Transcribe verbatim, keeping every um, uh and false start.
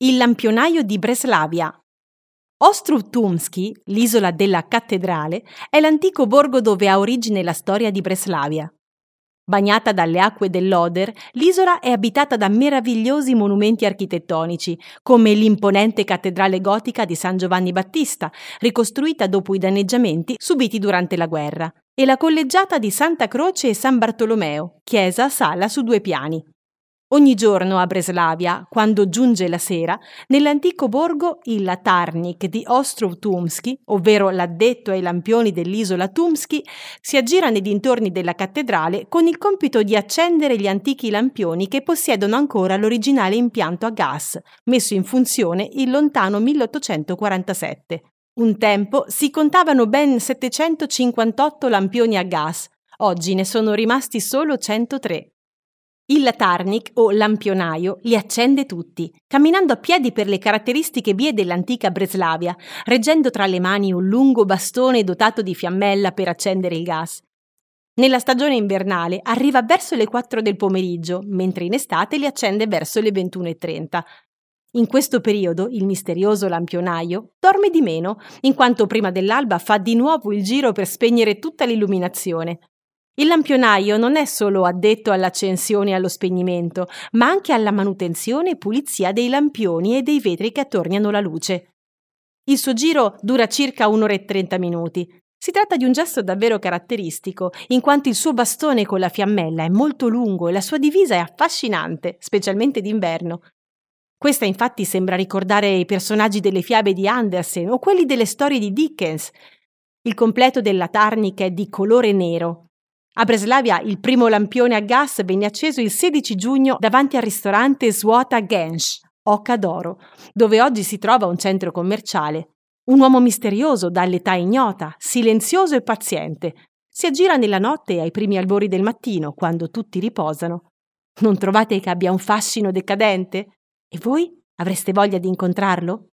Il lampionaio di Breslavia. Ostrów Tumski, l'isola della cattedrale, è l'antico borgo dove ha origine la storia di Breslavia. Bagnata dalle acque dell'Oder, l'isola è abitata da meravigliosi monumenti architettonici, come l'imponente cattedrale gotica di San Giovanni Battista, ricostruita dopo i danneggiamenti subiti durante la guerra, e la collegiata di Santa Croce e San Bartolomeo, chiesa-sala su due piani. Ogni giorno a Breslavia, quando giunge la sera, nell'antico borgo il latarnik di Ostrów Tumski, ovvero l'addetto ai lampioni dell'isola Tumski, si aggira nei dintorni della cattedrale con il compito di accendere gli antichi lampioni che possiedono ancora l'originale impianto a gas, messo in funzione il lontano milleottocentoquarantasette. Un tempo si contavano ben settecentocinquantotto lampioni a gas, oggi ne sono rimasti solo centotré. Il latarnik o lampionaio li accende tutti, camminando a piedi per le caratteristiche vie dell'antica Breslavia, reggendo tra le mani un lungo bastone dotato di fiammella per accendere il gas. Nella stagione invernale arriva verso le quattro del pomeriggio, mentre in estate li accende verso le ventuno e trenta. In questo periodo il misterioso lampionaio dorme di meno, in quanto prima dell'alba fa di nuovo il giro per spegnere tutta l'illuminazione. Il lampionaio non è solo addetto all'accensione e allo spegnimento, ma anche alla manutenzione e pulizia dei lampioni e dei vetri che attorniano la luce. Il suo giro dura circa un'ora e trenta minuti. Si tratta di un gesto davvero caratteristico, in quanto il suo bastone con la fiammella è molto lungo e la sua divisa è affascinante, specialmente d'inverno. Questa infatti sembra ricordare i personaggi delle fiabe di Andersen o quelli delle storie di Dickens. Il completo del latarnik è di colore nero. A Breslavia il primo lampione a gas venne acceso il sedici giugno davanti al ristorante Złota Gęś, Oca d'Oro, dove oggi si trova un centro commerciale. Un uomo misterioso dall'età ignota, silenzioso e paziente. Si aggira nella notte e ai primi albori del mattino, quando tutti riposano. Non trovate che abbia un fascino decadente? E voi? Avreste voglia di incontrarlo?